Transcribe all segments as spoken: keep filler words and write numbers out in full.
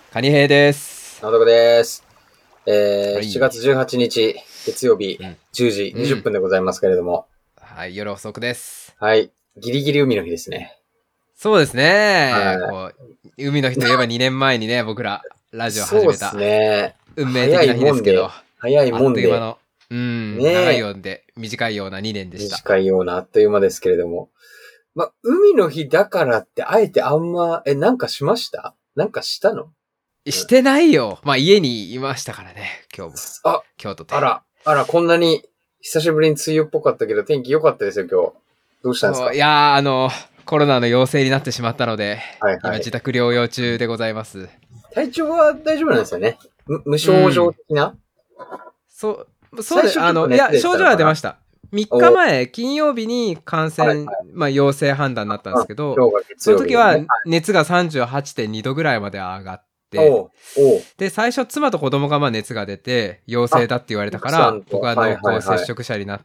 カニヘイです。 直徳です。えーはい、 しがつじゅうはちにち月曜日、うん、じゅうじにじゅっぷんでございますけれども、 うん、はい、夜遅くです。 はい、ギリギリ海の日ですね。 そうですね、こう海の日といえばにねんまえにね僕らラジオ始めた、 そうですね、 運命的な日ですけど、 早いもんで、 あっという間の、うん、ね、長いようで短いようなにねんでした。 短いようなあっという間ですけれども、まあ、海の日だからってあえてあんま、え、なんかしました？なんかしたの？ してないよ。まあ家にいましたからね、今日も。 あ、 京都で。 あら、あら、こんなに久しぶりに梅雨っぽかったけど天気良かったですよ、今日。どうしたんですか？ いやー、あの、コロナの陽性になってしまったので、 はいはい、 今自宅療養中でございます。 体調は大丈夫なんですよね。無無症状的な、うん、 そう、そうで、あの、いや、症状は出ました。みっかまえ、金曜日に感染、はいはい、まあ、陽性判断になったんですけど、その時は熱が さんじゅうはちてんに 度ぐらいまで上がって、おうおうで、最初、妻と子供がまあ熱が出て、陽性だって言われたから、僕は濃厚接触者になって、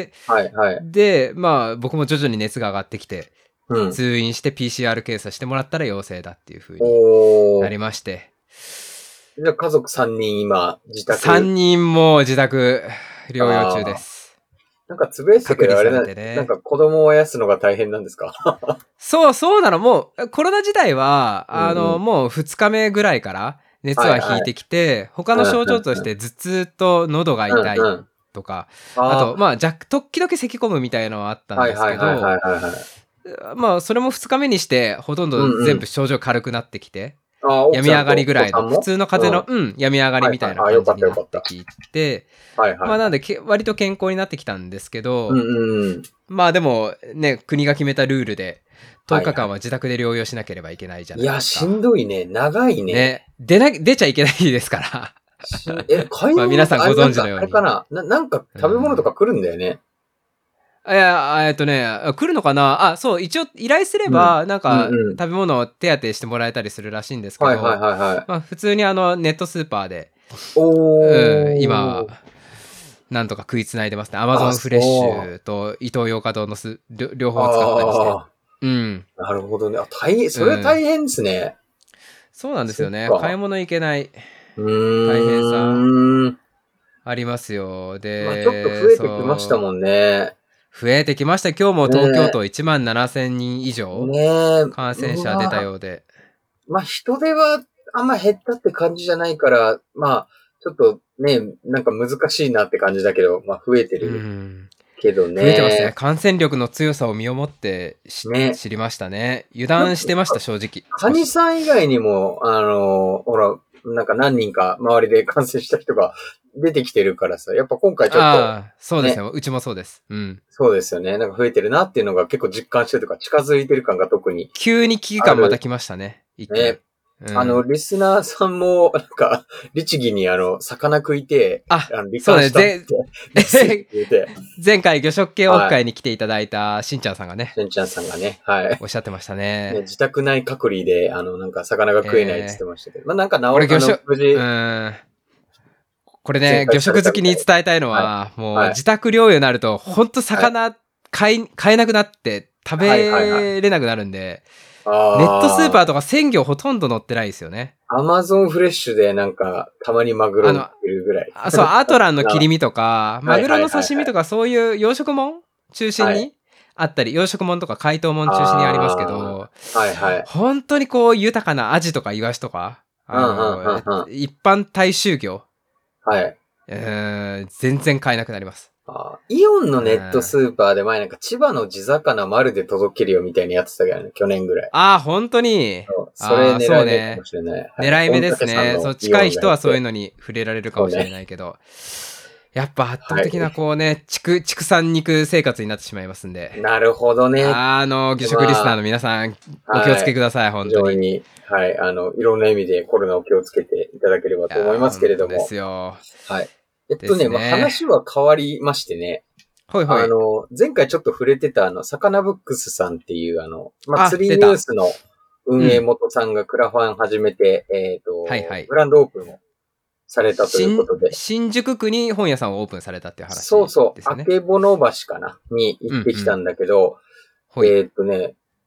はいはい、で、まあ、僕も徐々に熱が上がってきて、うん、通院して ピーシーアール 検査してもらったら陽性だっていう風になりまして、 じゃあ家族さんにん今、自宅。 さんにんも自宅療養中です。 なんかつぶやいてたけど、あれな、ね、なんか子供をあやすのが大変なんですか？ そう、そうなの。もう、コロナ自体は、あの、うんうん、もうふつかめぐらいから熱は引いてきて、はいはい、他の症状として頭痛と喉が痛いとか、うんうん、あと、まあ、時々咳込むみたいなのはあったんですけど、まあ、それもふつかめにして、ほとんど全部症状軽くなってきて、うんうん、病み上がりぐらいの、普通の風邪の、うん、うん、病み上がりみたいな感じになってきて、はいはい、まあ、なんでけ、割と健康になってきたんですけど、うんうん、まあでも、ね、国が決めたルールで、とおかかんは自宅で療養しなければいけないじゃないですか。 いや、しんどいね。長いね。 ね。出な、出ちゃいけないですから。 え、買い物、 まあ皆さんご存知のように。 あれかなな、なんか食べ物とか来るんだよね。 うん、いや、えっとね、来るのかなあ、そう、一応依頼すれば、なんか、食べ物を手当てしてもらえたりするらしいんですけど、はいはいはいはい。まあ普通にあの、ネットスーパーで、うん、今、なんとか食いつないでますね。アマゾンフレッシュとイトーヨーカドーのす両方使ったりして。うん。 なるほどね。あ、大変、それは大変ですね。 うん、そうなんですよね。買い物行けない。大変さ。ありますよ。で、 まあ、ちょっと増えてきましたもんね。 増えてきました。今日も東京都いちまんななせんにん以上、ね、感染者出たようで。 まあ、人手はあんま減ったって感じじゃないから、まあ、ちょっとね、なんか難しいなって感じだけど、まあ、増えてる。うんけどね。 増えてますね。感染力の強さを身をもってね、知りましたね。油断してました、正直。 カニさん以外にも、あの、ほら、なんか何人か周りで感染した人が出てきてるからさ、やっぱ今回ちょっと、ね。ああ、 そうですね。うちもそうです。うん。 そうですよね。なんか増えてるなっていうのが結構実感してるとか、近づいてる感が特に。 急に危機感また来ましたね。 一気に。ね。うん、あの、リスナーさんも、なんか、律儀にあの、魚食いて、 あ、 あの罹患したって。 そうね、前回魚食系オフ会に来ていただいたしんちゃんさんがね。 しんちゃんさんがね、はい。 おっしゃってましたね。 ね自宅内隔離で、あの、なんか魚が食えないって言ってましたけど。えー、まあなんか治る、魚食、無事。うん。これね、魚食好きに伝えたいのは、はい、もう自宅療養になると、ほんと魚買い、買えなくなって食べれなくなるんで、はいはいはいネットスーパーとか鮮魚ほとんど載ってないですよね。 アマゾンフレッシュでなんか、たまにマグロ売ってるぐらい。 あそう、アトランの切り身とか、マグロの刺身とかそういう養殖物中心にあったり、養殖物とか解凍物中心にありますけど、はいはい、本当にこう豊かなアジとかイワシとか、あの、一般大衆魚、はい、えー、全然買えなくなります。 あイオンのネットスーパーで前なんか千葉の地魚丸で届けるよみたいにやってたけどね、去年ぐらい。 ああ、本当に。 それ狙い目かもしれない。ねはい、狙い目ですね。そう、近い人はそういうのに触れられるかもしれないけど。ね、やっぱ圧倒的なこうね、畜、畜産肉生活になってしまいますんで。 なるほどね。 あの、魚食リスナーの皆さん、お気をつけください、はい、本当に。 非常に、はい、あの、いろんな意味でコロナを気をつけていただければと思いますけれども。 そうですよ。 はい。えっとね、ねまあ、話は変わりましてね。はいはい。あの、前回ちょっと触れてたあの、サカナブックスさんっていうあの、まあ、釣りニュースの運営元さんがクラファン始めて、うん、えっ、ー、と、はいはい、グランドオープンをされたということで。 新宿区に本屋さんをオープンされたっていう話ですね。 そうそう。あけぼの橋かなに行ってきたんだけど、うんうん、えっ、ー、とね、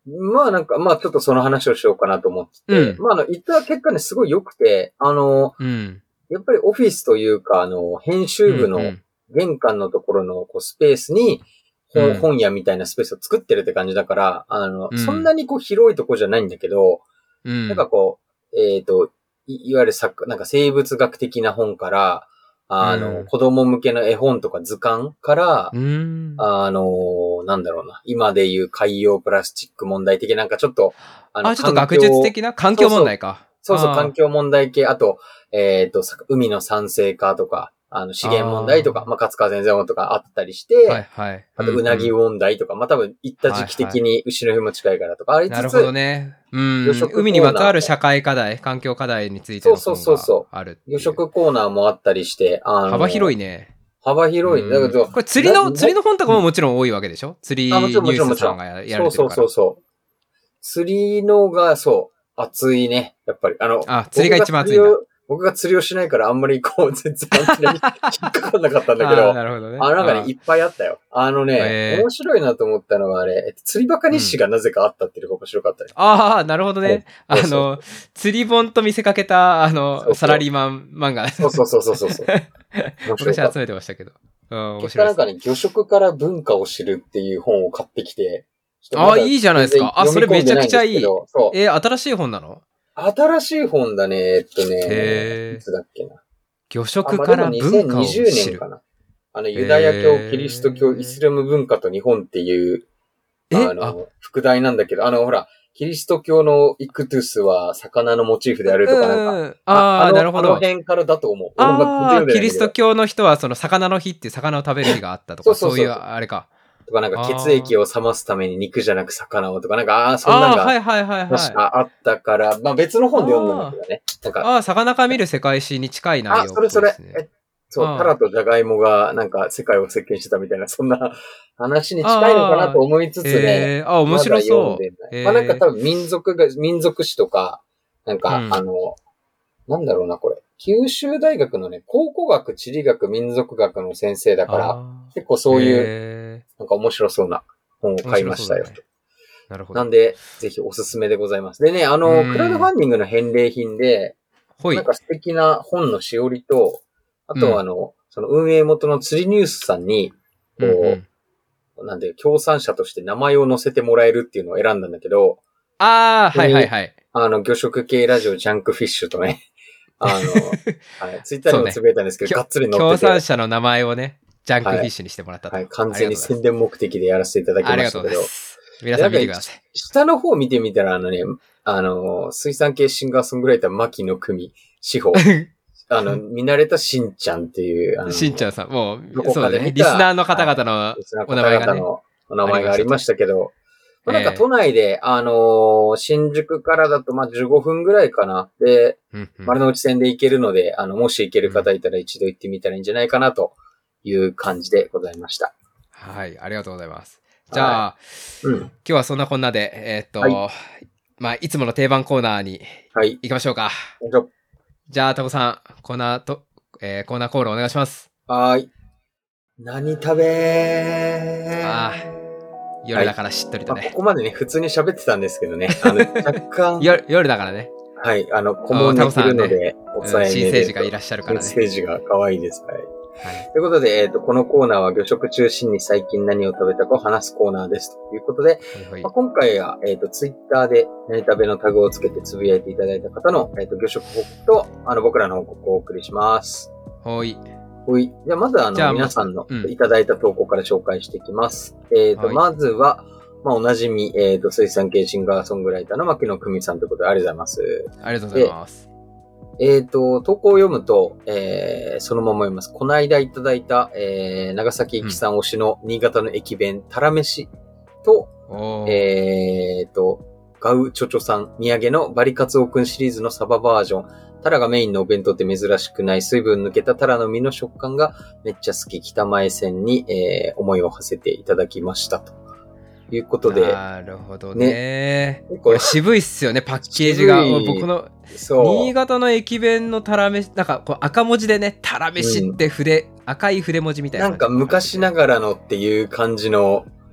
まあなんか、まあちょっとその話をしようかなと思ってて、うん、まああの、言った結果ね、すごい良くて、あの、うん、やっぱりオフィスというか、あの、編集部の玄関のところのこうスペースに、本、うん、本屋みたいなスペースを作ってるって感じだから、あの、うん、そんなにこう広いとこじゃないんだけど、うん、なんかこう、えっと、い, いわゆる作、なんか生物学的な本から、あの、うん、子供向けの絵本とか図鑑から、うん、あの、なんだろうな、今でいう海洋プラスチック問題的なんかちょっと、 あの、あ、ちょっと学術的な環境問題か。 そうそう、そうそう環境問題系、あと、えっと、海の酸性化とか、あの、資源問題とか、まあ、勝川先生とかあったりして、はいはい。あと、うなぎ問題とか、まあ、多分、行った時期的に牛の日も近いからとかありつつ、 なるほどね。うん。海にまつわる社会課題、環境課題についての本があるっていう。 魚食コーナーもあったりして、 あの幅広いね。 幅広い。だけど、 これ釣りの、釣りの本とかももちろん多いわけでしょ？釣りニュースさんがやられてるから。 そうそうそうそう。釣りのが、そう、熱いね。やっぱり。あの、 あ、釣りが一番熱いんだ。 僕が釣りをしないからあんまりこう、全然アンテナに引っかかんなかったんだけど。 あなるほどね。 あのなんかね、いっぱいあったよ。あのね、面白いなと思ったのはあれ、釣りバカ日誌がなぜかあったっていうのが面白かったね。 ああ、なるほどね。あの、釣り本と見せかけた、あの、そうそうサラリーマン漫画。 そうそうそうそうそう。 昔集めてましたけど。 うん、面白い。なんかね、魚食から文化を知るっていう本を買ってきて。 ああ、いいじゃないですか。あ、それめちゃくちゃいい。えー、新しい本なの？ 新しい本だね。えっとね、いつだっけな。 魚食から文化を知る。 にせんにじゅうねんかな。あの、ユダヤ教、キリスト教、イスラム文化と日本っていう、あの、副題なんだけど、あの、ほら、キリスト教のイクトゥスは魚のモチーフであるとかなんか。 ああ、なるほど。 あの辺からだと思う。 ああ、キリスト教の人はその魚の日って魚を食べる日があったとか、そういうあれか。 とかなんか血液を冷ますために肉じゃなく魚をとかなんか、ああ、そんなのがはいはいはいはい。 あったから、まあ別の本で読んだんだけどね。なんかああ、魚から見る世界史に近い内容、 ね。あ、それそれ。えそう、タラとジャガイモがなんか世界を席巻してたみたいな、そんな話に近いのかなと思いつつね。 ああ、面白そう。 まあなんか多分民族が、民族史とか、なんか、うん、あの、なんだろうな、これ。九州大学のね、考古学、地理学、民族学の先生だから、結構そういう、なんか面白そうな本を買いましたよ。ね、 なるほど。 なんで、ぜひおすすめでございます。でね、あの、クラウドファンディングの返礼品で、なんか素敵な本のしおりと、あとはあの、うん、その運営元の釣りニュースさんに、こう、うんうん、なんで、協賛者として名前を載せてもらえるっていうのを選んだんだけど、 ああ、はいはいはい。 あの、魚食系ラジオジャンクフィッシュとね、あの、はい、ツイッターにもつぶやいたんですけど、がっつり載ってて。 協賛者の名前をね、ジャンクフィッシュにしてもらったと。 はい、はい、完全に宣伝目的でやらせていただきましたけど。 皆さん見てください。 下の方見てみたら、あのね、あの、水産系シンガーソングライター、牧野久美、志保。あの、見慣れたしんちゃんっていう、あの、 しんちゃんさん、もう、そうだね。リスナーの方々のお名前がね。 お名前がありましたけど、まあ、なんか都内で、あのー、新宿からだとまあじゅうごふんぐらいかな。で、うんうん、丸の内線で行けるので、あの、もし行ける方いたら一度行ってみたらいいんじゃないかなという感じでございました。 はい、ありがとうございます。じゃあ、はいうん、今日はそんなこんなで、えー、っと、はい、まあ、いつもの定番コーナーに行きましょうか。はい、じゃあ、タコさん、コーナーと、えー、コーナーコールお願いします。 はい。何食べーああ。夜だからしっとりとね、 はいまあ、ここまでね、普通に喋ってたんですけどね。あの、若干。 夜、夜だからね。 はい、あの、顧問に来るので、お伝え、ね、 新生児がいらっしゃるからね。 新生児が可愛いです。はい。はい、ということで、えっ、ー、と、このコーナーは魚食中心に最近何を食べたかを話すコーナーです。ということで、はいはいまあ、今回は、えっ、ー、と、ツイッターで何食べのタグをつけてつぶやいていただいた方の、えっ、ー、と、魚食報告と、あの、僕らの報告をお送りします。 はい。 はい。じゃあ、まずあの、皆さんのいただいた投稿から紹介していきます。うん、えっ、と、はい、まずは、まあ、おなじみ、えっ、ー、と、水産系シンガーソングライターの牧野久美さんということでありがとうございます。 ありがとうございます。 えっ、ー、と、投稿を読むと、えー、そのまま読みます。この間いただいた、えー、長崎駅さん推しの新潟の駅弁、たらめしと、えっ、ー、と、ガウチョチョさん、土産のバリカツオくんシリーズのサババージョン。タラがメインのお弁当って珍しくない水分抜けたタラの身の食感がめっちゃ好き。北前線に、えー、思いを馳せていただきましたと。いうことで。 なるほどね。ねこれ渋いっすよね、パッケージが。僕の、新潟の駅弁のたらめし、なんかこう赤文字でね、たらめしって筆、うん、赤い筆文字みたいな。 なんか昔ながらのっていう感じの、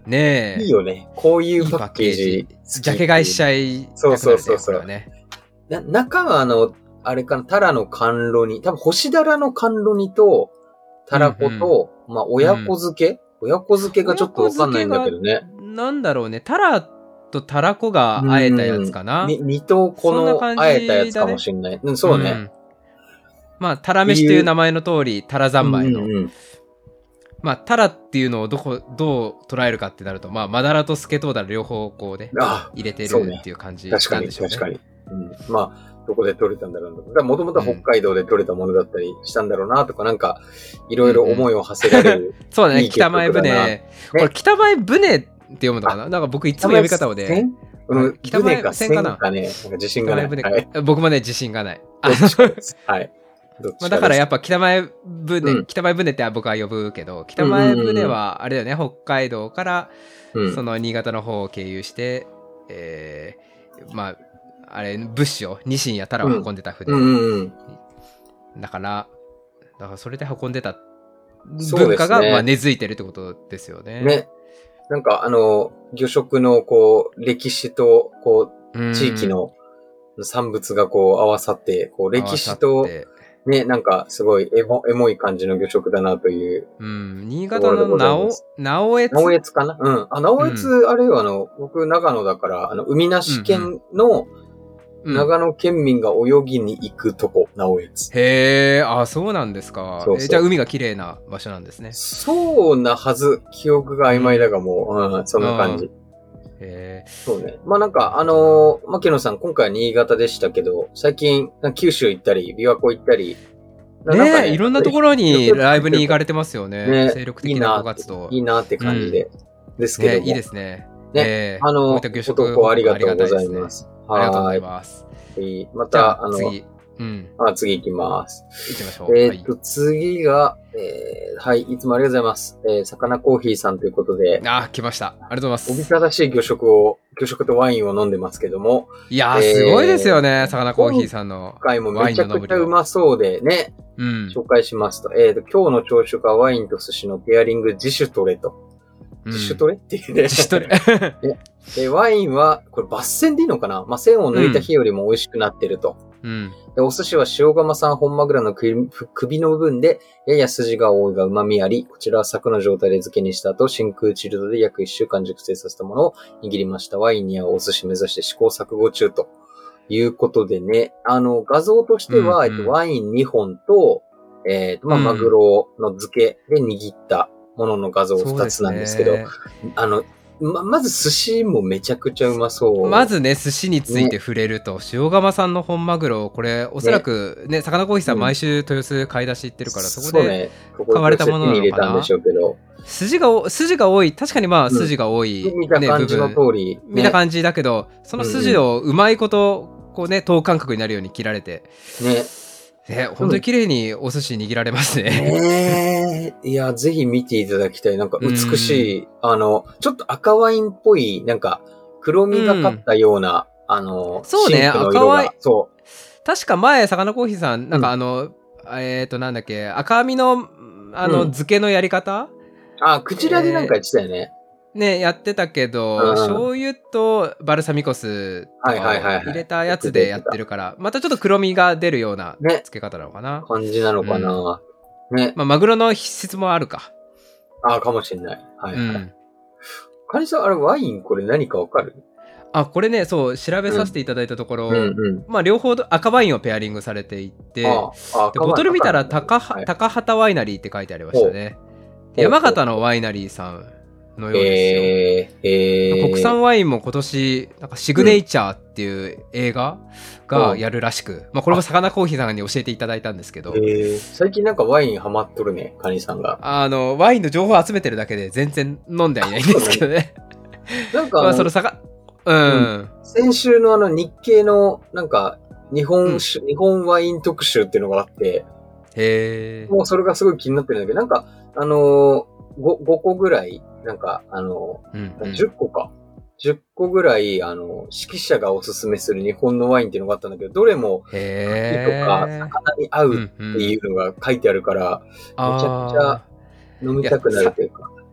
ねえ。 いいよね。こういうパッケージ。いいジャケ買いしちゃい、 そうそうそうそう。ね、な中はあの、あれかな、タラの甘露煮、多分星だらの甘露煮と、タラコと、うんうん、まあ、親子漬け、うん、親子漬けがちょっとわかんないんだけどね。 なんだろうね。タラとタラコがあえたやつかな。 煮とこのあえたやつかもしれない。うん、そうね。うん、 まあ、タラ飯という名前の通り、タラ三昧の。うんうんうん、まあ、タラっていうのをどこ、どう捉えるかってなると、まあ、マダラとスケトウダラ両方こうで、入れてるっていう感じなんでしょうね。 確かに、確かに。うん、まあ、どこで取れたんだろうな。もともと北海道で取れたものだったりしたんだろうなとか、なんか、いろいろ思いを馳せられる、うんうん。 そうだね、北前船。ね、これ、北前船って読むのかな。なんか僕いつも読み方をね。 うん、北前船かな。かね、なんか自信がない。 はい、僕もね、自信がない。 はい。 まあだからやっぱ北前船、うん、北前船って僕は呼ぶけど、北前船はあれだよね、北海道からその新潟の方を経由して、うん、えー、まああれ物資をニシンやタラを運んでた船、うんうんうん、だからだからそれで運んでた文化がまあ根付いてるってことですよね。 ね、なんかあの魚食のこう歴史とこう地域の産物がこう合わさって、こう歴史とね、なんかすごいエモ、エモい感じの魚食だなという。 うん。新潟のなお、直江津直江津かなうん。あ、直江津、うん、あれはあの、僕長野だから、あの、海なし県の長野県民が泳ぎに行くとこ、直江津。 へえ、あ、そうなんですか。そうそうえじゃあ海が綺麗な場所なんですね。 そうなはず。記憶が曖昧だがもう、うん、うん、そんな感じ。へそうね。まあなんか、あのー、牧野さん、今回は新潟でしたけど、最近、九州行ったり、琵琶湖行ったり、 ねねえ、いろんなところにライブに行かれてますよね。ね精力的な活動。 いいなって感じで。うん、ですけども、 ね。いいですね。 ね。えー、あの、ご投稿ありがとうございます。 ありがとうございます。 また、あの、 次。うん。 あ、次行きます。 行きましょう。 えっと、はい、次が、えー、はい、いつもありがとうございます。えー、魚コーヒーさんということで。 あ、来ました。ありがとうございます。 おびただしい魚食を、魚食とワインを飲んでますけども。 いやー、えー、すごいですよね、魚コーヒーさんの。 今回もめちゃくちゃうまそうでね。うん。紹介しますと。えっと、今日の朝食はワインと寿司のペアリング自主トレと。自主トレっていうね。 自主トレ。 でワインは、これ抜栓でいいのかなまあ、栓を抜いた日よりも美味しくなってると。うん。でお寿司は塩釜産本マグロの首の部分で、やや筋が多いが旨味あり、こちらは柵の状態で漬けにした後、真空チルドで約いっしゅうかん熟成させたものを握りました。ワインに合うお寿司目指して試行錯誤中ということでね、あの、画像としては、うんうん、えっと、ワインにほんと、えっと、まあ、マグロの漬けで握ったものの画像ふたつなんですけど、ね、あの、ま、まず寿司もめちゃくちゃうまそう。 まずね、寿司について触れると、ね、塩釜さんの本マグロ、これ、おそらくね、ね魚コーヒーさん毎週豊洲買い出し行ってるから、うん、そこで買われたものなのかな。筋が、筋が多い、確かにまあ筋が多い、 ね、うん、見た感じの通り、ね。 見た感じだけど、その筋をうまいこと、こうね、等間隔になるように切られて。 ね。 ね、本当に綺麗にお寿司握られますね。 ねえ。いや、ぜひ見ていただきたい。なんか美しい、あの、ちょっと赤ワインっぽい、なんか黒みがかったような、うん、あの、 そうね、赤ワイン。そう。確か前、魚コーヒーさん、なんかあの、うん、えっと、なんだっけ、赤身の、あの、うん、漬けのやり方あ、クジラでなんか言ってたよね。 えーね、やってたけど、うん、醤油とバルサミコ酢とかを入れたやつでやってるから、またちょっと黒みが出るような漬け方なのかな。 ね、感じなのかな。うん、ね。 まあ、マグロの質もあるか。 ああ、かもしれない。はい、はい。うん。カニさん、あれ、ワインこれ何かわかる？ あ、これね、そう、調べさせていただいたところ、うんうんうん、まあ、両方赤ワインをペアリングされていて、ああでボトル見たら高、はい、高畑ワイナリーって書いてありましたね。山形のワイナリーさんのようですよ。えーえー、国産ワインも今年なんかシグネイチャーっていう映画がやるらしく、うん、まあ、これも魚コーヒーさんに教えていただいたんですけど、 えー、最近なんかワインハマっとるね、カニさんが。 あのワインの情報を集めてるだけで全然飲んではいないんですけどね。 なんかあの、 まあ、その魚、うん、うん、 先週のあの日経のなんか日本酒、うん、日本ワイン特集っていうのがあって、 へもうそれがすごい気になってるんだけど、なんかあのー、ご, ごこぐらい、なんか、あの、うんうん、じゅっこか。じゅっこぐらい、あの、指揮者がおすすめする日本のワインっていうのがあったんだけど、どれも、牡蠣とか魚に合うっていうのが書いてあるから、うんうん、めちゃくちゃ飲みたくなるというか。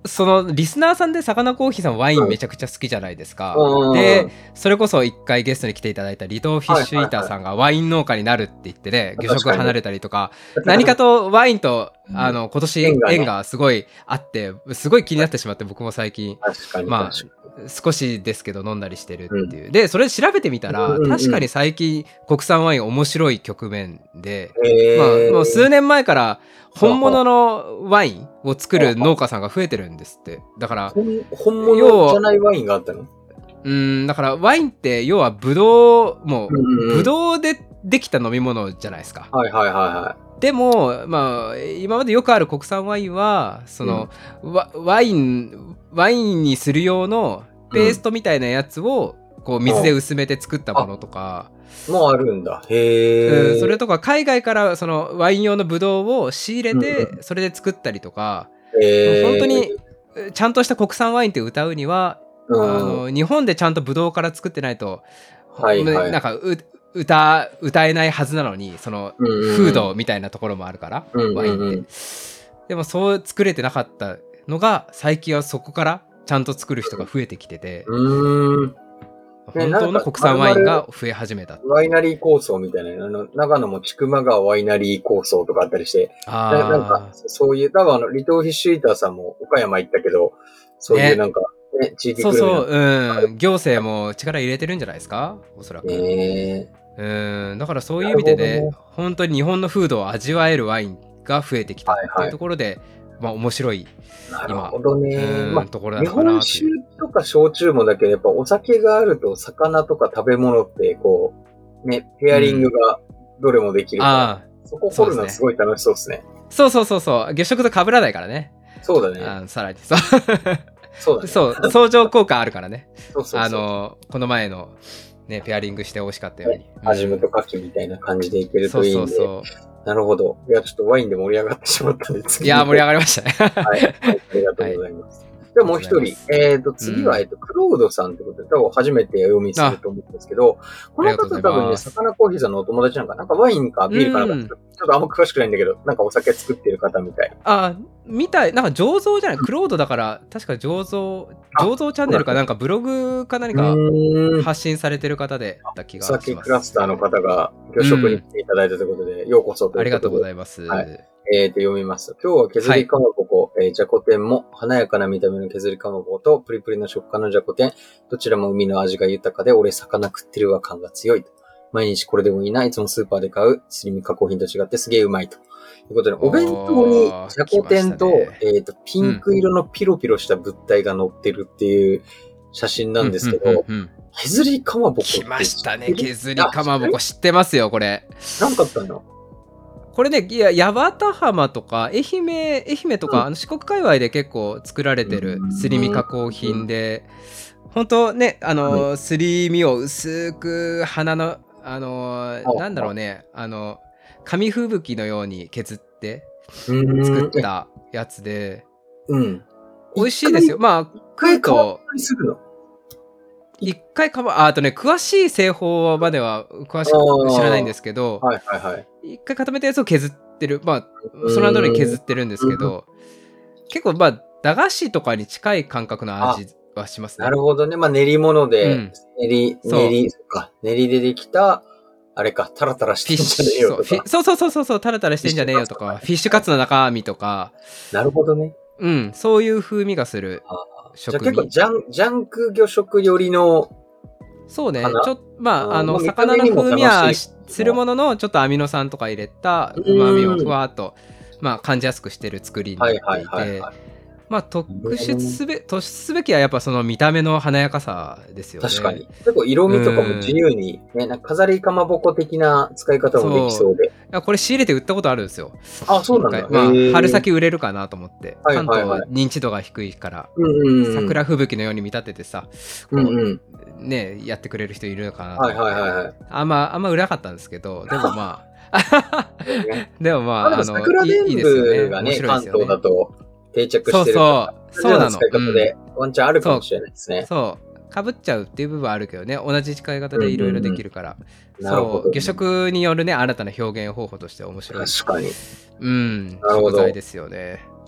そのリスナーさんで魚コーヒーさんワインめちゃくちゃ好きじゃないですか、 うん、 でそれこそ一回ゲストに来ていただいたリトーフィッシュイーターさんがワイン農家になるって言ってね、魚食離れたりとか何かとワインとあの今年縁がすごいあってすごい気になってしまって、僕も最近まあ少しですけど飲んだりしてるっていう、うん、でそれ調べてみたら、うんうんうん、確かに最近国産ワイン面白い局面で、まあ、もう数年前から本物のワインを作る農家さんが増えてるんですって。だから本物じゃないワインがあったの？ うんだからワインって要はブドウもうブドウでできた飲み物じゃないですか。 はいはいはいはい。 でもまあ今までよくある国産ワインはその、うん、ワ, ワインワインにする用のペーストみたいなやつをこう水で薄めて作ったものとか、 うん、もうあるんだ。へえ、 うん。それとか海外からそのワイン用のブドウを仕入れてそれで作ったりとか、うん、本当にちゃんとした国産ワインって歌うには、うん、あの日本でちゃんとブドウから作ってないと、はいはい、なんかう歌, 歌えないはずなのに、その風土みたいなところもあるから、うんうんうん、ワインって。でもそう作れてなかったのが最近はそこからちゃんと作る人が増えてきてて、うーん、本当の国産ワインが増え始めた。 ワイナリー構想みたいな、あの長野も千曲川ワイナリー構想とかあったりして、あななんかそういう、多分あのリトーフィッシュイーターさんも岡山行ったけど、そういうなんか、ねね、地域そうそう、うん、行政も力入れてるんじゃないですか、おそらく。えー、うん、だからそういう意味でね、本当に日本の風土を味わえるワインが増えてきたっていうところで、はいはい、まあ面白い。 なるほどね。まあ、 ところだ日本酒とか焼酎もだけど、やっぱお酒があると魚とか食べ物ってこう、ね、ペアリングがどれもできるから、うん、そこ掘るのすごい楽しそうですね。 そうそうそうそう、月食と被らないからね。 そうだね。 あさらにそう。 そうだね。 そう、相乗効果あるからね。 そうそうそう。 あの、この前のね、ペアリングして美味しかったように。 味むと牡蠣みたいな感じでいけるといいんで。そうそうそう。なるほど。いや、ちょっとワインで盛り上がってしまったんで、次。 いや、盛り上がりましたね。 はい。はい、ありがとうございます。はい、ではもう一人。えっと、次は、えっと、クロードさんってことで、多分初めてお読みすると思うんですけど、この方多分ね、魚コーヒーさんのお友達なんか、なんかワインかビールかなんか、ちょっとあんま詳しくないんだけど、なんかお酒作ってる方みたい。 あ、みたい。なんか醸造じゃない、クロードだから、確か醸造、醸造チャンネルかなんかブログか何か発信されてる方でった気がします。 お酒クラスターの方が魚食に来ていただいたということで、ようこそということで。 ありがとうございます。 はい。えー、と読みます。今日は削りかまぼこ、はい、えー、じゃこ天も華やかな見た目の削りかまぼことプリプリの食感のじゃこ天、どちらも海の味が豊かで俺魚食ってるわ感が強いと。毎日これでもいいな、いつもスーパーで買うすり身加工品と違ってすげえうまいと。ということで、お弁当にじゃこ天と、ね、えー、とピンク色のピロピロした物体が載ってるっていう写真なんですけど、うんうんうんうん、削りかまぼこ来ましたね。削りかまぼこ知ってますよ、これ。 なんかあったの？ これね、いや八幡浜とか愛媛愛媛とか、うん、あの四国界隈で結構作られてるすり身加工品で、本当ね、あの、うん、すり身を薄く花のあのなんだろうね、あの紙吹雪のように削って作ったやつで、 うん、 美味しいですよ。まあ食うと一回かま、あ、あとね、詳しい製法までは詳しく知らないんですけど、 はいはいはい、 一回固めたやつを削ってる、まあ、その後に削ってるんですけど、結構、まあ、駄菓子とかに近い感覚の味はしますね。 なるほどね。まあ、練り物で、うん、練り、練り、そっか、練りでできた、あれか、タラタラしてんじゃねえよとか。 そうそうそうそう、タラタラしてんじゃねえよとか、フィッシュカツの中身とか。 なるほどね。 うん、そういう風味がする食味。 じゃあ結構ジャン、ジャンク魚食寄りの、 そうね、ちょっと、まあ、あの、魚の風味はするものの、ちょっとアミノ酸とか入れた旨味をふわっと、まあ、感じやすくしてる作りになっていて、まあ、特筆すべ、突出すべきはやっぱその見た目の華やかさですよね。 確かに。結構色味とかも自由に、ね、なんか飾りかまぼこ的な使い方もできそうで。 いや、これ仕入れて売ったことあるんですよ。 あ、そうなんだ。 まあ、春先売れるかなと思って。関東は認知度が低いから、桜吹雪のように見立ててさ、こう、ね、やってくれる人いるのかなと思って。はいはいはいはい。あんま、あんま売らなかったんですけど、でもまあ、でもまあ、 あの、桜伝部がね、関東だと定着してるから、そうそう、そうなの。 使い方でワンチャンあるかもしれないですね。 そう。かぶっちゃうっていう部分はあるけどね、同じ使い方でいろいろできるから、うんうんうん、そう、魚食によるね、新たな表現方法として面白い。 確かに。 うん、食材ですよね。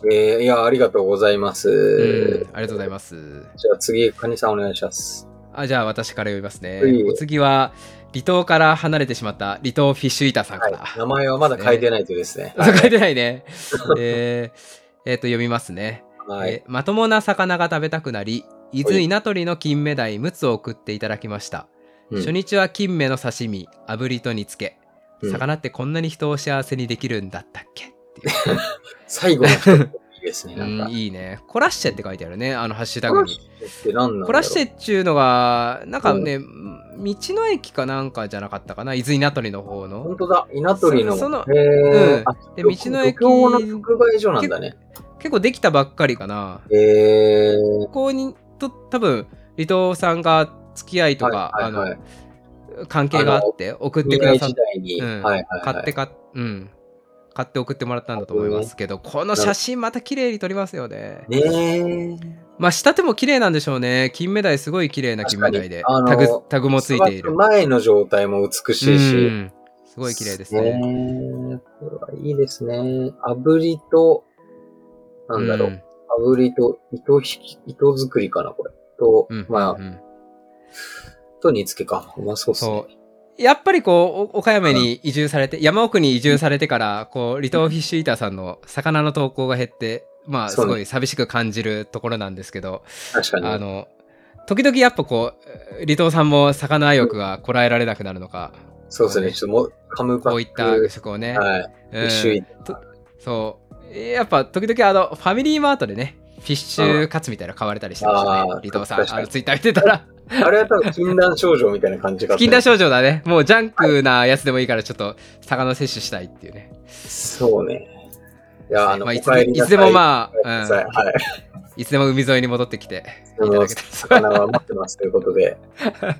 えー、いや、ありがとうございます。 うん、ありがとうございます。 じゃあ次、カニさんお願いします。 あ、じゃあ私から読みますね。お次は、離島から離れてしまった離島フィッシュイーターさんから、 はい。名前はまだ書いてないとですね。 はい、書いてないね。えー、えー、と、読みますね。はい、えー。まともな魚が食べたくなり、伊豆稲取の金目鯛むつを送っていただきました。うん、初日は金目の刺身、炙りと煮付け。魚ってこんなに人を幸せにできるんだったっけっていう。 最後の一言いいですね。なんかうん、いいね。コラッシェって書いてあるね、あのハッシュタグに。 コラッシェっていうのが、なんかね、うん、道の駅かなんかじゃなかったかな、伊豆稲取の方の。 本当だ、稲取の。 その、 へうん、 で、道の駅。 漁協の直売所なんだね。 結構できたばっかりかな。 へここにと多分離島さんが付き合いとか、はいはいはい、あの関係があって送ってくださって、うんはいはいはい、買ってか、うん、買って送ってもらったんだと思いますけど、この写真また綺麗に撮りますよね。 ねまあ仕立ても綺麗なんでしょうね。金目鯛すごい綺麗な金目鯛で、タグタグもついている。 前の状態も美しいし、うん、 すごい綺麗ですね。 ねこれはいいですね。炙りとなんだろう、うん、炙りと糸引き糸作りかなこれと、うん、まあ。うんと煮付けか。うまそうっすね。そう。 やっぱりこう、岡山に移住されて、うん、山奥に移住されてから、こう、離島フィッシュイーターさんの魚の投稿が減って、まあ、すごい寂しく感じるところなんですけど、 確かに。 あの、時々やっぱこう、離島さんも魚愛欲がこらえられなくなるのか。 うん、そうですね。ちょっともう、カムバック。 こういった食をね。 はい。フィッシュイーター。 そう。やっぱ時々あの、ファミリーマートでね、フィッシュカツみたいなの買われたりしてましたね。離島さん。あの、ツイッター見てたら。 あれは多分禁断症状みたいな感じか。 禁断症状だね。もうジャンクなやつでもいいからちょっと魚摂取したいっていうね。 そうね。いや、あの、 まあ、いついつでもまあ、うん、はい、いつでも海沿いに戻ってきていただけたら。 魚は待ってますということで、はい。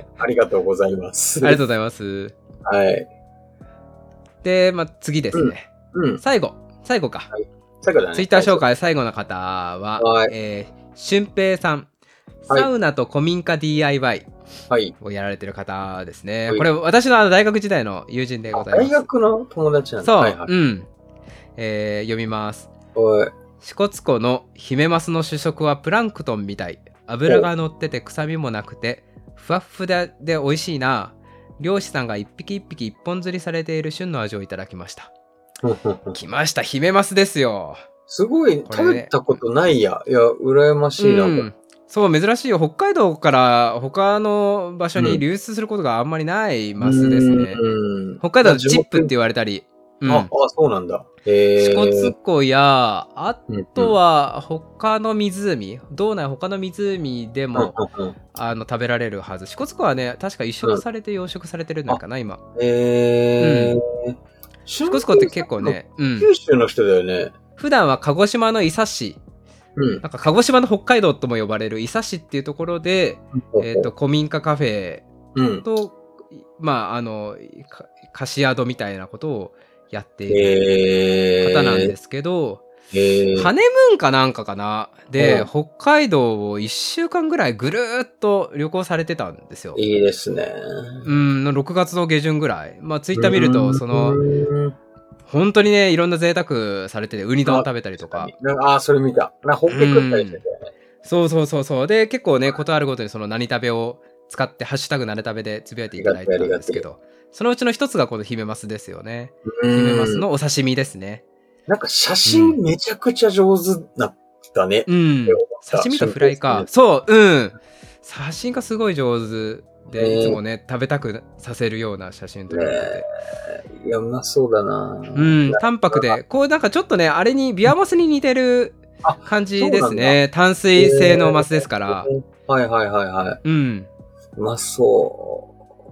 ありがとうございます。 ありがとうございます。 はい。 で、まあ、次ですね。うん。うん、最後。最後か。はい、 最後だね。 ツイッター紹介最後の方は、はい、えー、俊平さん。サウナと古民家 ディーアイワイ をやられてる方ですね。はい、これ私の大学時代の友人でございます。 大学の友達なんだ。 そう、 はいはい、 うん。えー、読みます。 はい。 支笏湖のヒメマスの主食はプランクトンみたい。脂が乗ってて臭みもなくて、ふわっふでで美味しいな。漁師さんが一匹一匹一本釣りされている旬の味をいただきました。来ました、ヒメマスですよ。 すごい、ね、食べたことないや。いや、羨ましいな、うん、 そう、珍しいよ。北海道から他の場所に流出することがあんまりないマスですね。うん、北海道のチップって言われたり。 うん、あ、あ、そうなんだ。 支笏湖や、あとは他の湖、道内他の湖でも、あの食べられるはず。支笏湖はね、確か移植されて養殖されてるんだかな、今。 へー。 うん。支笏湖って結構ね、 うん、九州の人だよね。 普段は鹿児島の伊佐市。うん、なんか鹿児島の北海道とも呼ばれる伊佐市っていうところで、うん、えーと古民家カフェと、うん、まああの貸し宿みたいなことをやっている方なんですけど、ハネムーンかなんかかなで、うん、北海道をいっしゅうかんぐらいぐるーっと旅行されてたんですよ。 いいですね。 うんろくがつの下旬ぐらい。まあツイッター見るとその本当にね、いろんな贅沢されてて、ウニ丼食べたりとか。 ああ、それ見た。な、ホッケ食ったりしてたよね。 そうそうそうそう。で、結構ね、ことあるごとにその何食べを使って、ハッシュタグ何食べでつぶやいていただいてたんですけど、そのうちの一つがこのヒメマスですよね。ヒメマスのお刺身ですね。 なんか写真めちゃくちゃ上手だったね。 うん。刺身とフライか。そう、うん。写真がすごい上手。で、いつもね、食べたくさせるような写真撮られてて。 いや、うまそうだな。 うん、淡白で、こうなんかちょっとね、あれに、ビワマスに似てる感じですね。淡水性のマスですから。 はいはいはいはい。 うん。 うまそう。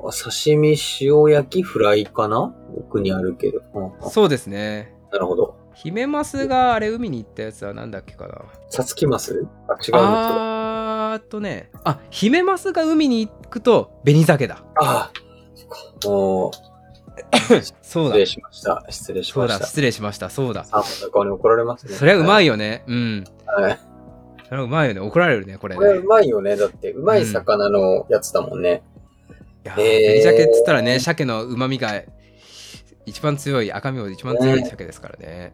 刺身、塩焼き、フライかな奥にあるけど。 そうですね。 なるほど。 ヒメマスがあれ、海に行ったやつはなんだっけかな。 サツキマスあ、違うあーっとね、あ、ヒメマスが海に行くと、紅鮭だ。 ああ。もう。 そうだ。 失礼しました。失礼しました。 そうだ、失礼しました。そうだ。 あ、これ怒られますね。 それはうまいよね。うん。 はい。 それはうまいよね。怒られるね、これね。 これうまいよね。だって、うまい魚のやつだもんね。 いや、紅鮭っつったらね、鮭の旨味が一番強い、赤身も一番強い鮭ですからね。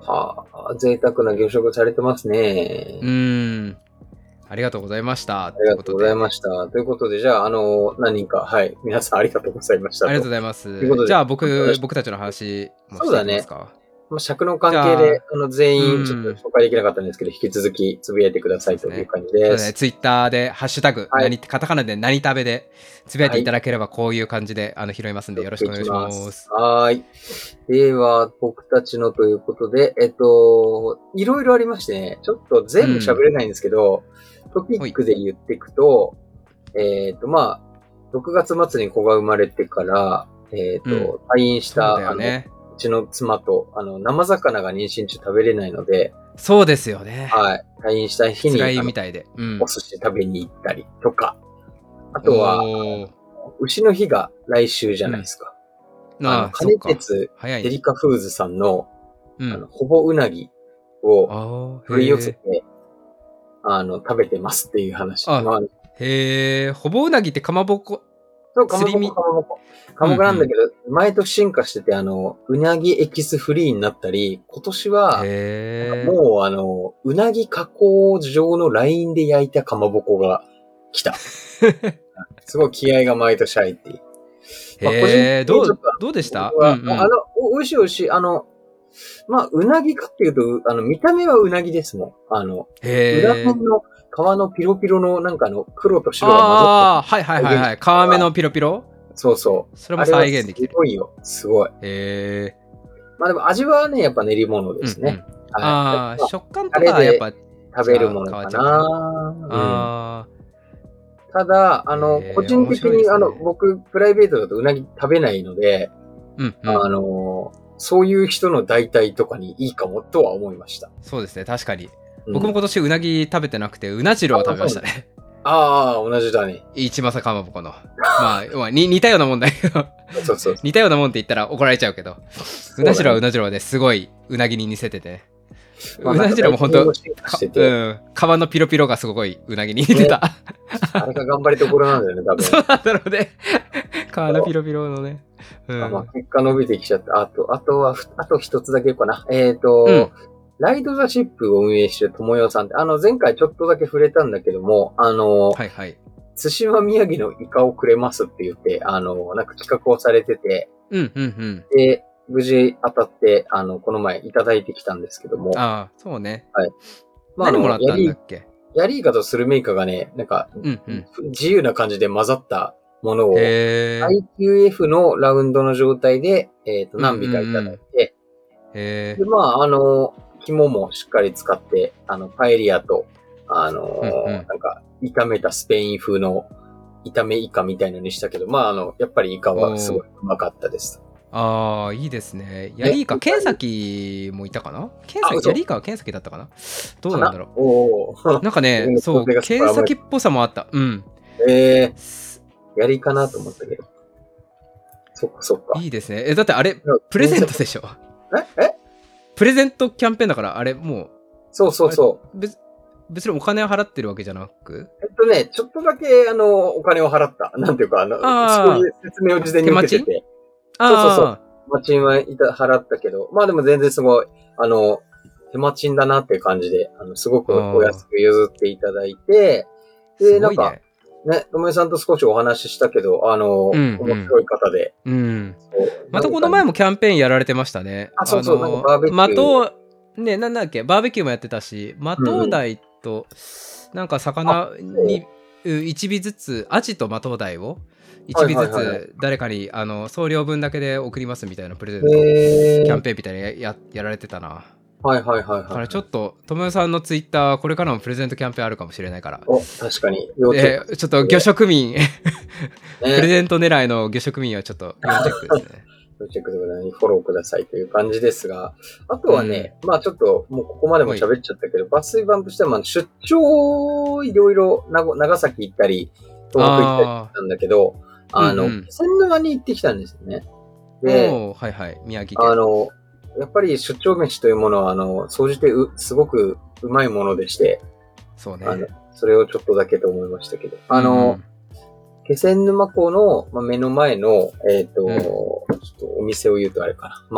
はあ、贅沢な魚食されてますね。 うーん。ありがとうございました。 ありがとうございました。ということで、じゃあ、あの、何人か、はい。皆さんありがとうございました。 ありがとうございます。じゃあ、僕、僕たちの話もしていきますか。そうだね。 まあ、尺の関係で、あの、全員ちょっと紹介できなかったんですけど、引き続きつぶやいてくださいという感じです。そうですね。 ツイッターで、ハッシュタグ、はい、何カタカナで何食べでつぶやいていただければ、こういう感じで、あの、拾いますんで、よろしくお願いします。 はい。では、僕たちのということで、えっと、いろいろありましてね、ちょっと全部喋れないんですけど、うん、トピックで言っていくと、えっと、まあ、ろくがつ末に子が生まれてから、えっと、うん、退院した、あの、うちの妻と、あの、生魚が妊娠中食べれないので、 そうですよね。 はい。退院した日に、 辛いみたいで、 うん、お寿司食べに行ったりとか、あとは、牛の日が来週じゃないですか。うん、あの、金鉄デリカフーズさんの、うん、あの、ほぼうなぎを取り寄せて、あの、食べてますっていう話。 あまあ、へえ、ほぼうなぎってかまぼこ。 そう、かまぼこ、かまぼこ。かまぼこなんだけど、うんうん、毎年進化してて、あの、うなぎエキスフリーになったり、今年は、もう、あの、うなぎ加工状のラインで焼いたかまぼこが来た。すごい気合が毎年入っている。 まあ、へえ、どう、どうでした？ うんうん、あの、美味しい美味しい。あの、まあ、うなぎかっていうと、あの、見た目はうなぎですもん。あの、 へうなぎの皮のピロピロのなんかの黒と白が混ざってる。 ああ、はいはいはいはい。皮目のピロピロ？ そうそう。 それも再現できてる。 すごいよ。すごい。 へえ。 まあでも味はね、やっぱ練り物ですね。 うんうん、ああ、食感とかはやっぱ食べるものかな。あうん、ただ、あの、個人的に、ね、あの、僕、プライベートだとうなぎ食べないので、 うんうん、 あの、そういう人の代替とかにいいかもとは思いました。 そうですね、確かに。うん、僕も今年うなぎ食べてなくて、うな汁を食べましたね。 ああ、同じだね。 一政かまぼこの。まあ、に似たようなもんだけど。 そうそう。 似たようなもんって言ったら怒られちゃうけど。うな汁はうな汁はね、すごいうなぎに似せてて。うな汁も本当、うん、皮のピロピロがすごいうなぎに似てた。 ね、あれが頑張りどころなんだよね、多分。 そうなんだろうね。皮のピロピロのね。 うん、まあ、結果伸びてきちゃった。あと、あとは、あと一つだけかな。えっ、ー、と、うん、ライドザシップを運営してるともよさんって、あの、前回ちょっとだけ触れたんだけども、あの、 はいはい。 対馬宮城のイカをくれますって言って、あの、なんか企画をされてて、 うんうんうん。 で、無事当たって、あの、この前いただいてきたんですけども。 ああ、そうね。 はい。 まあ、何もらったんだっけ？ ヤリイカとスルメイカがね、なんか、 うんうん、 自由な感じで混ざったものを、アへイキューエフ のラウンドの状態で、えっと、何尾かいただいて、 へで、まあ、あの、肝もしっかり使って、あの、パエリアと、あの、うんうん、なんか、炒めたスペイン風の炒めイカみたいなのにしたけど、まあ、あの、やっぱりイカはすごいうまかったです。 ああ、いいですね。ヤリイカ、ケンサキもいたかな？ケンサキ、ヤリイカはケンサキだったかな？どうなんだろう。おなんかね、そう、ケンサキっぽさもあった。うん。 ええー、ヤリかなと思ったけど。そっかそっか。 いいですね。え、だってあれ、プレゼントでしょ？ ええプレゼントキャンペーンだから、あれ、もう。 そうそうそう。 別別にお金を払ってるわけじゃなく？ えっとね、ちょっとだけ、あの、お金を払った。なんていうか、あの、 あそういう説明を事前に受けてて。そうそうそう。手間賃はいた払ったけど、まあでも全然すごい、あの、手間賃だなっていう感じで、あの、すごくお安く譲っていただいて、で、ね、なんか、ね、ともえさんと少しお話ししたけど、あの、うんうん、面白い方で。 うん。またこの前もキャンペーンやられてましたね。 あ、そうそう、なんかバーベキュー。 マトウ、ね、なんだっけ、バーベキューもやってたし、マトウダイと、なんか魚にいち尾ずつ、アジとマトウダイを、いち尾ずつ誰かにあの送料分だけで送りますみたいなプレゼントキャンペーンみたいな や, や, やられてたな。 はいはいはいはい。 だからちょっとともよさんのツイッターこれからもプレゼントキャンペーンあるかもしれないから。 お、確かに。 えー、ちょっと魚食民、ね、プレゼント狙いの魚食民はちょっと要チェックですね。 要チェックでございます。フォローくださいという感じですが、あとはね、うん、まあちょっともうここまでも喋っちゃったけど、抜粋版としてはまあ出張いろいろ長崎行ったり東北行ったりしたんだけど。あの、気仙沼に行ってきたんですよね。で、 はいはい、宮城県。 あの、やっぱり出張飯というものは、あの、総じてうすごくうまいものでして、 そうね。 あの、それをちょっとだけと思いましたけど、あの、気仙沼港の、まあ、目の前の、えっと、うん、ちょっとお店を言うとあれかな。まあ、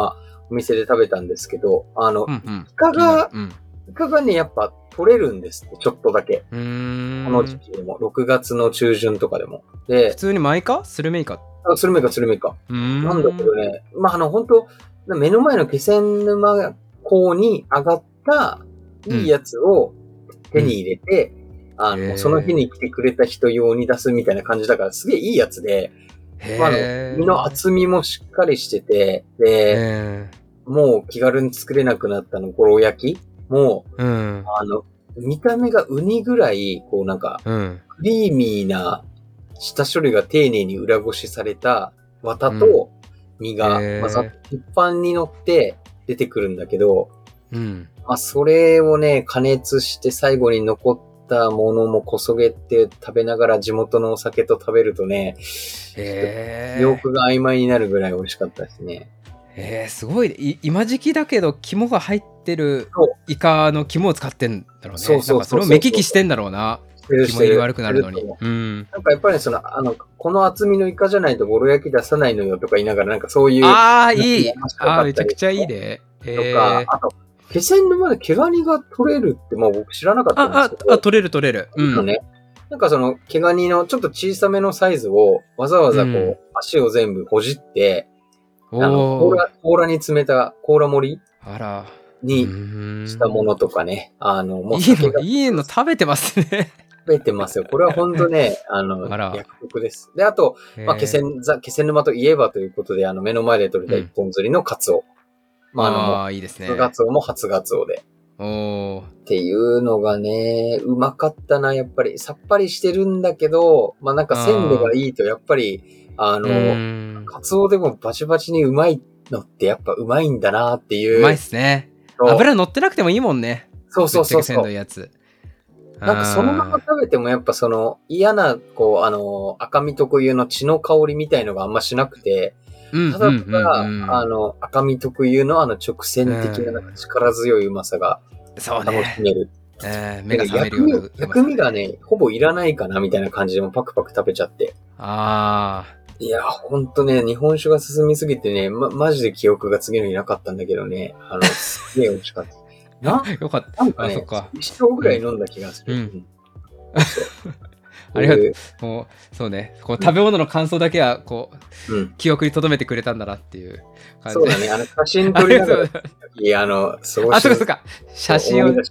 お店で食べたんですけど、あの、 うんうん、 イカが、うん、イカがね、やっぱ取れるんですって、ちょっとだけ。 うーん、 この時期でも、ろくがつの中旬とかでも。で、 普通にマイカスルメイカあ、スルメイカ、スルメイカ。なんだけどね、まあ、あの、本当目の前の気仙沼港に上がったいいやつを手に入れて、うん、あの、その日に来てくれた人用に出すみたいな感じだから、すげえいいやつで、まあ、あの、身の厚みもしっかりしてて、で、もう気軽に作れなくなったの、ゴロ焼きもう、うん、あの、見た目がウニぐらい、こうなんか、うん、クリーミーな下処理が丁寧に裏ごしされた綿と身が混ざって鉄板に乗って出てくるんだけど、うん、まあ、それをね、加熱して最後に残ったものもこそげて食べながら地元のお酒と食べるとね、記憶が曖昧になるぐらい美味しかったですね。 えー、すごい、ね、今時期だけど肝が入ってるイカの肝を使ってんだろうね。そうそうそうそう。なんかそれを目利きしてんだろうな。肝入り悪くなるのに。うん。 なんかやっぱりその、あの、この厚みのイカじゃないとボロ焼き出さないのよとか言いながら、なんかそういう。 ああ、いい。ああ、めちゃくちゃいいね。 とか、あと、気仙沼で毛ガニが取れるって、まあ僕知らなかったんですけど。 あ、あ、取れる取れる。 うん。ね。なんかその毛ガニのちょっと小さめのサイズをわざわざこう、うん、足を全部ほじって、あの甲羅、甲羅に詰めた甲羅盛りあらにしたものとかね。あの、もういいの、いいの食べてますね。 食べてますよ。これは本当ね、あの、約束です。で、あと、まあ、気仙、気仙沼といえばということで、あの、目の前で取れた一本釣りのカツオ。うん、 まあ、あの、あいいですね。 初ガツオも初ガツオで。 おっていうのがね、うまかったな、やっぱり。さっぱりしてるんだけど、まあ、なんか鮮度がいいと、やっぱり、あの、カツオでもバチバチにうまいのってやっぱうまいんだなっていう。 うまいっすね。油乗ってなくてもいいもんね。 そうそうそうそう。 鮮度いいやつ。 なんかそのまま食べてもやっぱその嫌な、こう、あの、赤身特有の血の香りみたいのがあんましなくて、ただただ、あの、赤身特有のあの直線的ななんか力強いうまさが楽しめる。 えー、目が覚めるような。 薬味がね、ほぼいらないかなみたいな感じでもパクパク食べちゃって。 ああ。 いや、ほんとね、日本酒が進みすぎてね、ま、マジで記憶が次の日なかったんだけどね、あの、すげえ美味しかった。な、 よかった。 なんかね、一生ぐらい飲んだ気がする。うん。 ありがとう。もう、そうね。こう食べ物の感想だけは、こう、うん、記憶に留めてくれたんだなっていう感じ。 そうだね。あの、写真撮りながら、いや、あの、すごい。 あ、そうかそうか。写真を。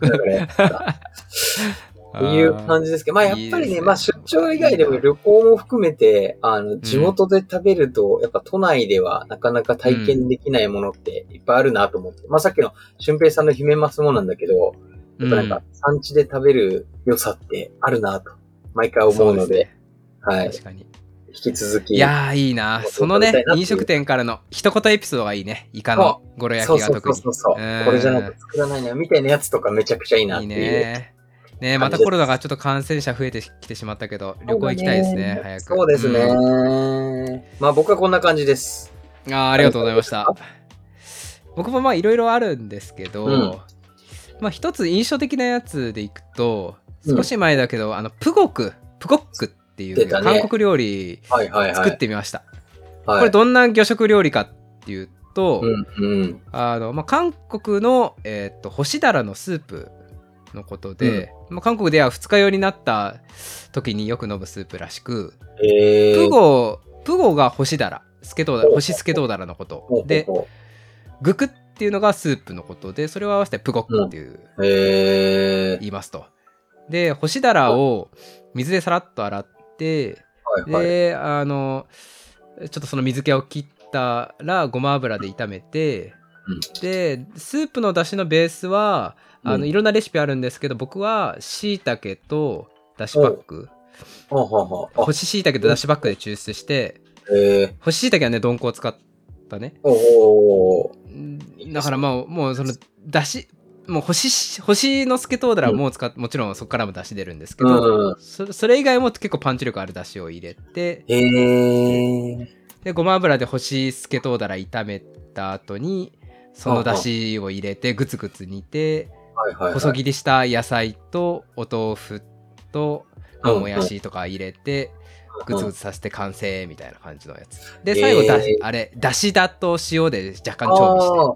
っていう感じですけど、まあやっぱりね、いいねまあ出張以外でも旅行も含めて、あの、地元で食べると、やっぱ都内ではなかなか体験できないものっていっぱいあるなと思って。うん、まあさっきの俊平さんの姫マスもなんだけど、やっぱなんか産地で食べる良さってあるなと、毎回思うので、でね、はい。確かに。引き続き。 いやー、いいな。そのね、飲食店からの一言エピソードがいいね。イカのゴロ焼きが特に。 そうそうそうそう。これじゃないと作らないな、みたいなやつとかめちゃくちゃいいなっていう。いいね。 ねまたコロナがちょっと感染者増えてきてしまったけど、旅行行きたいですね、早く。 そうですね、うん。まあ僕はこんな感じです。 ああ、ありがとうございました。僕もまあいろいろあるんですけど、うん、まあ一つ印象的なやつでいくと、少し前だけど、うん、あの、プゴク、プゴックっていう韓国料理作ってみました。はいはいはい、これどんな魚食料理かっていうと、うんうん、あの、まあ、韓国の、えー、と干しだらのスープのことで、うん、まあ、韓国では二日酔いになった時によく飲むスープらしく、えー、プゴプゴが干しだらスケトウダラ干しスケトウダラのことで、グクっていうのがスープのことで、それを合わせてプゴックっていう、うん、えー、言いますと。で干しだらを水でさらっと洗って、はいはい、であのちょっとその水気を切ったらごま油で炒めて、うん、でスープの出汁のベースはあのいろんなレシピあるんですけど、僕はしいたけとだしパック、干ししいたけとだしパックで抽出して、えー、干ししいたけはね、どんこを使ったね。おだからまあもうそのだしもう干し干しのスケトウダラもう使っ、うん、もちろんそこからも出汁出るんですけど、うん、そ, それ以外も結構パンチ力ある出汁を入れて、えー、でごま油で干しスケトウダラ炒めた後にその出汁を入れてグツグツ煮て、はいはいはい、細切りした野菜とお豆腐ともやしとか入れて、うん、グツグツさせて完成みたいな感じのやつで、最後だ、えー、あれだしだと塩で若干調味して、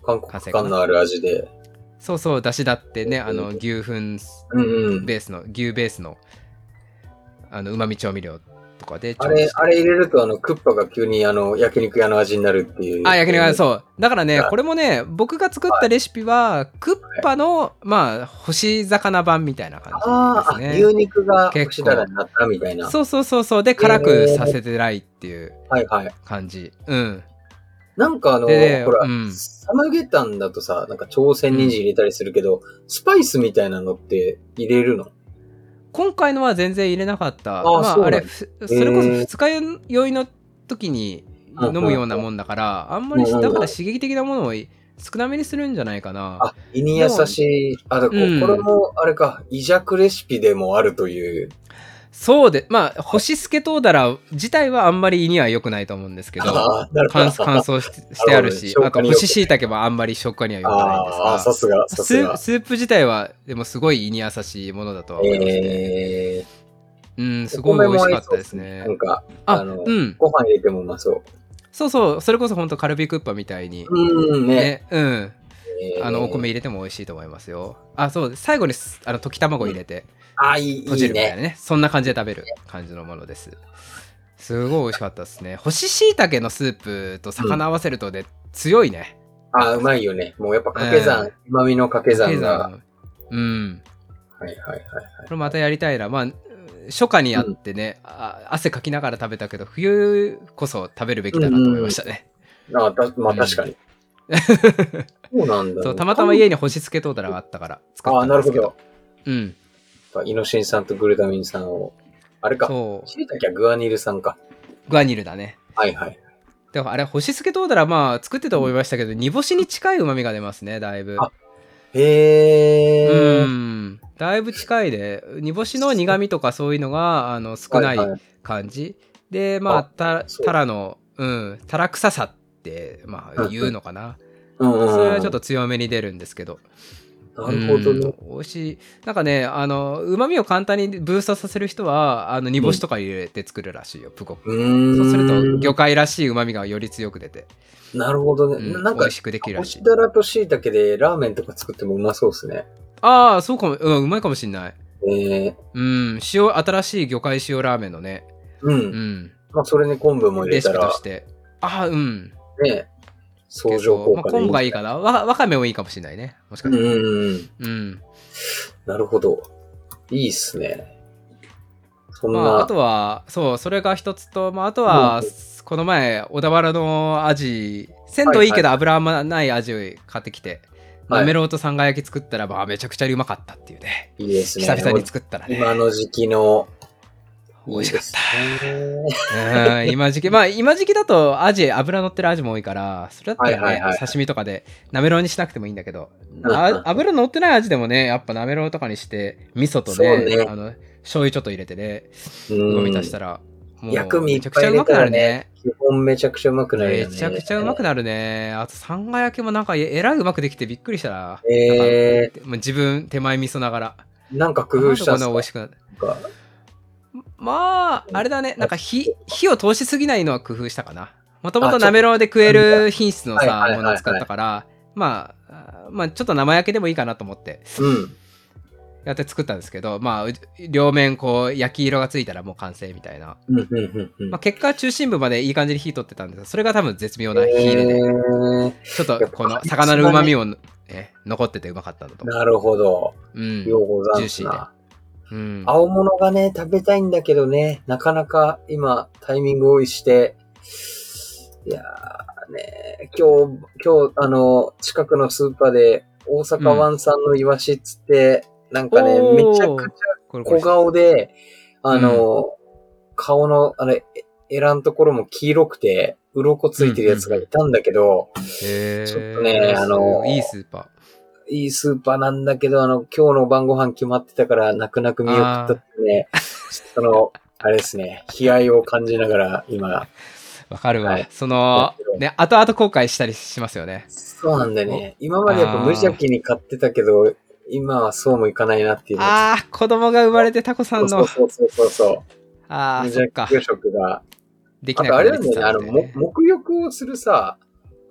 韓国感のある味で。 そうそう、だしだってね、あの、牛粉ベースの、うんうん、牛ベースの、あの、旨味調味料とかで。 あれ、あれ入れると、あの、クッパが急に、あの、焼肉屋の味になるっていう。 あ、焼肉屋、そう。だからね、これもね、僕が作ったレシピは、はい、クッパの、まあ、干し魚版みたいな感じですね。 あ、牛肉が干し魚になったみたいな。 そうそうそうそう。で、辛くさせてないっていう感じ。 はいはい。 うん。 なんかあの、ほら、うん、サムゲタンだとさ、なんか朝鮮人参入れたりするけど、うん、スパイスみたいなのって入れるの？ 今回のは全然入れなかった。あ、まあ、あれ、それこそ二日酔いの時に飲むようなもんだから、あんまり、だから刺激的なものを少なめにするんじゃないかな。 あ、胃に優しい。あ、だこ、うん、これも、あれか、胃弱レシピでもあるという。 そうで、まあ、干しスケトウダラ自体はあんまり胃には良くないと思うんですけど、乾燥し て, してあるし、あと干し椎茸もあんまり消化には良くないんですが、 あ、さすが、さすが。 スープ自体は、でもすごい胃に優しいものだとは思いますね。えー、うん、すごい美味しかったですね。 なんか、あの、うん、ご飯入れてもうまそう。 そうそう、それこそ本当カルビクッパみたいに、 うんね、 ね、うん。あのお米入れても美味しいと思いますよ。あ、そう最後にあの溶き卵入れて、 うん、あ、いい閉じるみたいなね、ね、そんな感じで食べる感じのものです。すごい美味しかったですね。干し椎茸のスープと魚合わせるとね、うん、強いね。 あ、うまいよね。もうやっぱ掛け算、うまみの掛け算が。 うん。 はいはいはい、はい。 これまたやりたいな。まあ初夏にやってね、うん、あ汗かきながら食べたけど冬こそ食べるべきだなと思いましたね。 うんうん、あたまあ確かに。うんそうなんだ。 そうたまたま家に干しつけとうだらがあったから作ったんですけど。あ、なるほど。うん。 イノシン酸とグルタミン酸を。あれか。そう。椎茸はグアニル酸か。 グアニルだね。 はいはい。 でもあれ干しつけとうだらまあ作ってて思いましたけど、うん、煮干しに近い旨味が出ますね、だいぶ。あ、 へー。 うん。だいぶ近いで、煮干しの苦味とかそういうのがあの少ない感じ。はいはい、で、まあ、たタラの、うん、タラ臭さって、まあ言うのかな。それはちょっと強めに出るんですけど。 なるほどね。 美味しい。なんかね、あの、旨味を簡単にブーストさせる人は、あの、煮干しとか入れて作るらしいよ、プコプ。そうすると、魚介らしい旨味がより強く出て。 なるほどね。うん、なんか、 美味しくできるらしい。 干しだらと椎茸でラーメンとか作ってもうまそうですね。 ああ、そうかも、うん、うまいかもしんない。 えー、 うん、塩、新しい魚介塩ラーメンのね。 うん。うん。まあ、それに昆布も入れたら。 レシピとして。ああ、うん。 ね相乗効果でいい、 まあ、昆布がいいかな。わ、わかめもいいかもしれないね。もしかしたら。うん。うん。 なるほど。いいっすね。 そんな。まあ、あとは、そう、それが一つと、まあ、あとは、うん、この前、小田原のアジ、鮮度いいけど油あんまないアジを買ってきて、はい、なめろうとさんが焼き作ったら、まあ、めちゃくちゃうまかったっていうね。 いいですね。 久々に作ったらね。 今の時期の、 美味しかった。うん、今時期、まあ今時期だとアジ、油乗ってるアジも多いから、それだったらね、はいはいはい、刺身とかでなめろうにしなくてもいいんだけど、あ油乗ってないアジでもね、やっぱなめろうとかにして、味噌とね、ねあの醤油ちょっと入れてね、うまみ足したら、 もうめちゃくちゃうまくなるね。基本めちゃくちゃうまくなるよね。 めちゃくちゃうまくなるね。あと、さんが焼きもなんかえらいうまくできてびっくりしたな。 えー、 なんか自分手前味噌ながら。 なんか工夫したんですか？ 美味しくなる。まあ、あれだね。なんか火、火を通しすぎないのは工夫したかな。もともとなめろうで食える品質のさ、ものを使ったから、まあ、まあ、ちょっと生焼けでもいいかなと思って、うん、やって作ったんですけど、まあ、両面こう、焼き色がついたらもう完成みたいな。まあ、結果、中心部までいい感じに火通ってたんですが、それが多分絶妙な火入れで、ちょっとこの魚の旨味を、ね、残っててうまかったんだと思う。 なるほど。 うん。 ようございます。 ジューシーで。うん、 青物がね、食べたいんだけどね、なかなか今タイミングを逸して、いやーね、今日、今日、あの、近くのスーパーで大阪湾産のイワシっつって、うん、なんかね、めちゃくちゃ小顔で、あの、うん、顔の、あれ、エラのところも黄色くて、鱗ついてるやつがいたんだけど、うんうん、ちょっとね、あの、 いいスーパー。 いいスーパーなんだけど、あの、今日の晩ご飯決まってたから、泣く泣く見送ったってね、その、あれですね、悲哀を感じながら、今。 わかるわ。はい、その、ね、後々後悔したりしますよね。 そうなんだよね。今までやっぱ無邪気に買ってたけど、今はそうもいかないなっていう。 ああ、子供が生まれてタコさんの。 そうそうそうそうそう。 ああ、 無邪気魚食が。 できなくなってたんだよね。あとあれなんだよね、あの、も沐浴をするさ、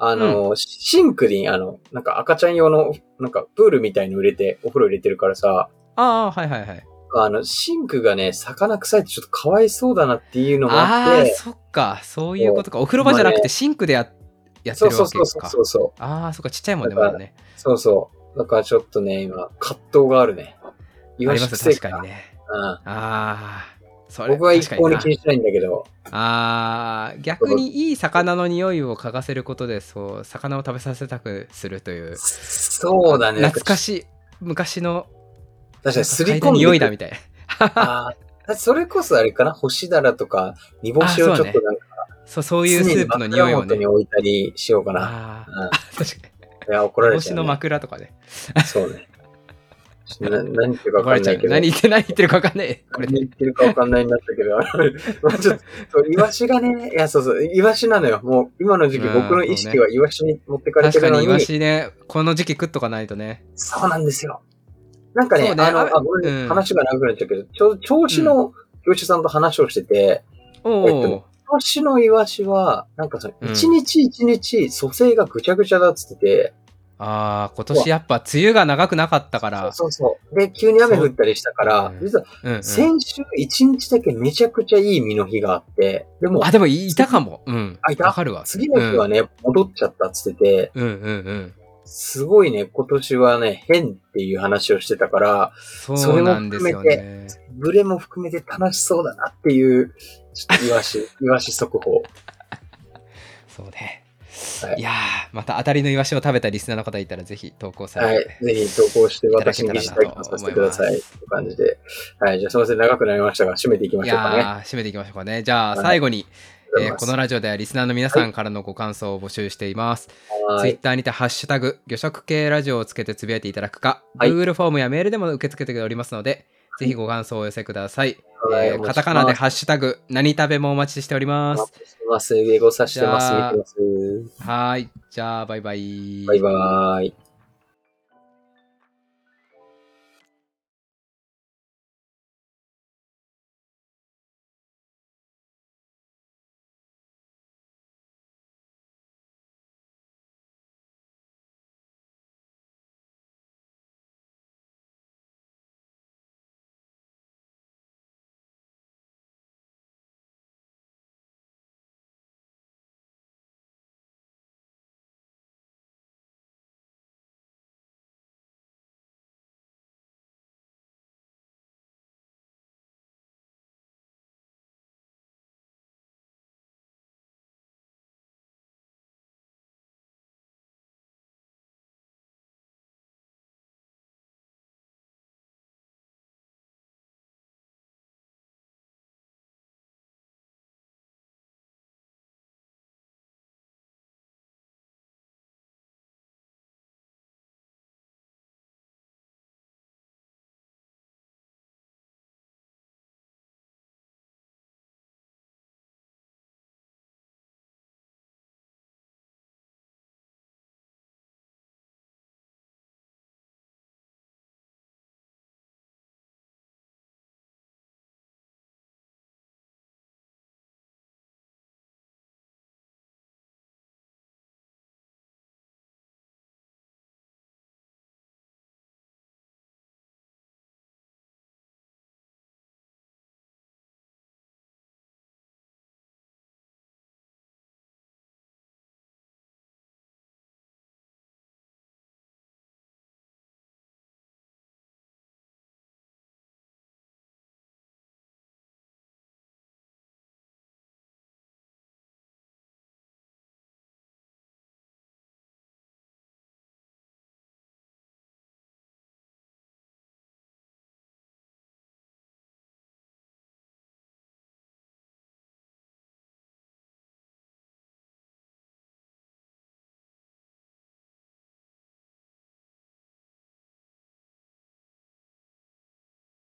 あの、うん、シンクに、あの、なんか赤ちゃん用の、なんかプールみたいの入れて、お風呂入れてるからさ。 ああ、はいはいはい。 あの、シンクがね、魚臭いってちょっとかわいそうだなっていうのもあって。 ああ、そっか。そういうことか。お風呂場じゃなくてシンクでや、やってるわけか。 そうそうそうそうそう。 ああ、そっか。ちっちゃいもんね、まだね。 そうそう。だからちょっとね、今、葛藤があるね。 イワシ臭いか。確かにね。 うん。 ああ。 それ僕は一向に気にしないんだけど。 ああ、逆にいい魚の匂いを嗅がせることで、そう、魚を食べさせたくするという。 そうだね。 懐かしい。昔の。 確かにすり込んで匂いだみたいな。ああ。それこそあれかな、干しだらとか、煮干しをちょっとなんか、 そう、そういうスープの匂いをね。 に置いたりしようかな。 ああ、確かに。 いや、怒られちゃう、ね。 煮干しの枕とかね。 そうね。な何言ってるか分かんないけど。 何言って何言ってるか分かんない。 これ、ね、何言ってるか分かんないんだったけど、まあちょっと、イワシがね、いや、そうそう、イワシなのよ。もう、今の時期、僕の意識はイワシに持ってかれてるのに。 確かにイワシね、この時期食っとかないとね。 そうなんですよ。なんかね、ねあの、あ、ごめん、うん、話が長くなっちゃうけど、ちょうど銚子の業者さんと話をしてて、うん、えっと、今年のイワシは、なんかその、一日一日、蘇生がぐちゃぐちゃだっつってて、 ああ、今年やっぱ梅雨が長くなかったから。 そうそうそう。で、急に雨降ったりしたから、実は、先週一日だけめちゃくちゃいい実の日があって、でも、 あ、でもいたかも。うん。 あ、いた。 わかるわ。 次の日はね、うん、戻っちゃったっつってて、 うんうんうん。 すごいね、今年はね、変っていう話をしてたから、 そうなんですよね。 ブレも含めて楽しそうだなっていう、ちょっとイワシ、イワシ速報。 そうね。はい、いやー、また当たりのイワシを食べたリスナーの方いたらぜひ投稿されて、はい、ぜひ投稿して私に疑似体験させてくださいという感じで、はい、じゃあすみません、長くなりましたが締めていきましょうかね。 いやー、締めていきましょうかね。じゃあ最後に、はい、えー、このラジオではリスナーの皆さんからのご感想を募集しています。ツイッターにてハッシュタグ魚食系ラジオをつけてつぶやいていただくか、はい、Google フォームやメールでも受け付けておりますので、ぜひご感想をお寄せください。はい、えー、カタカナでハッシュタグ何食べもお待ちしております。 ます。英語さしてます。見てます。 はい。じゃあ、バイバイ。 バイバイ。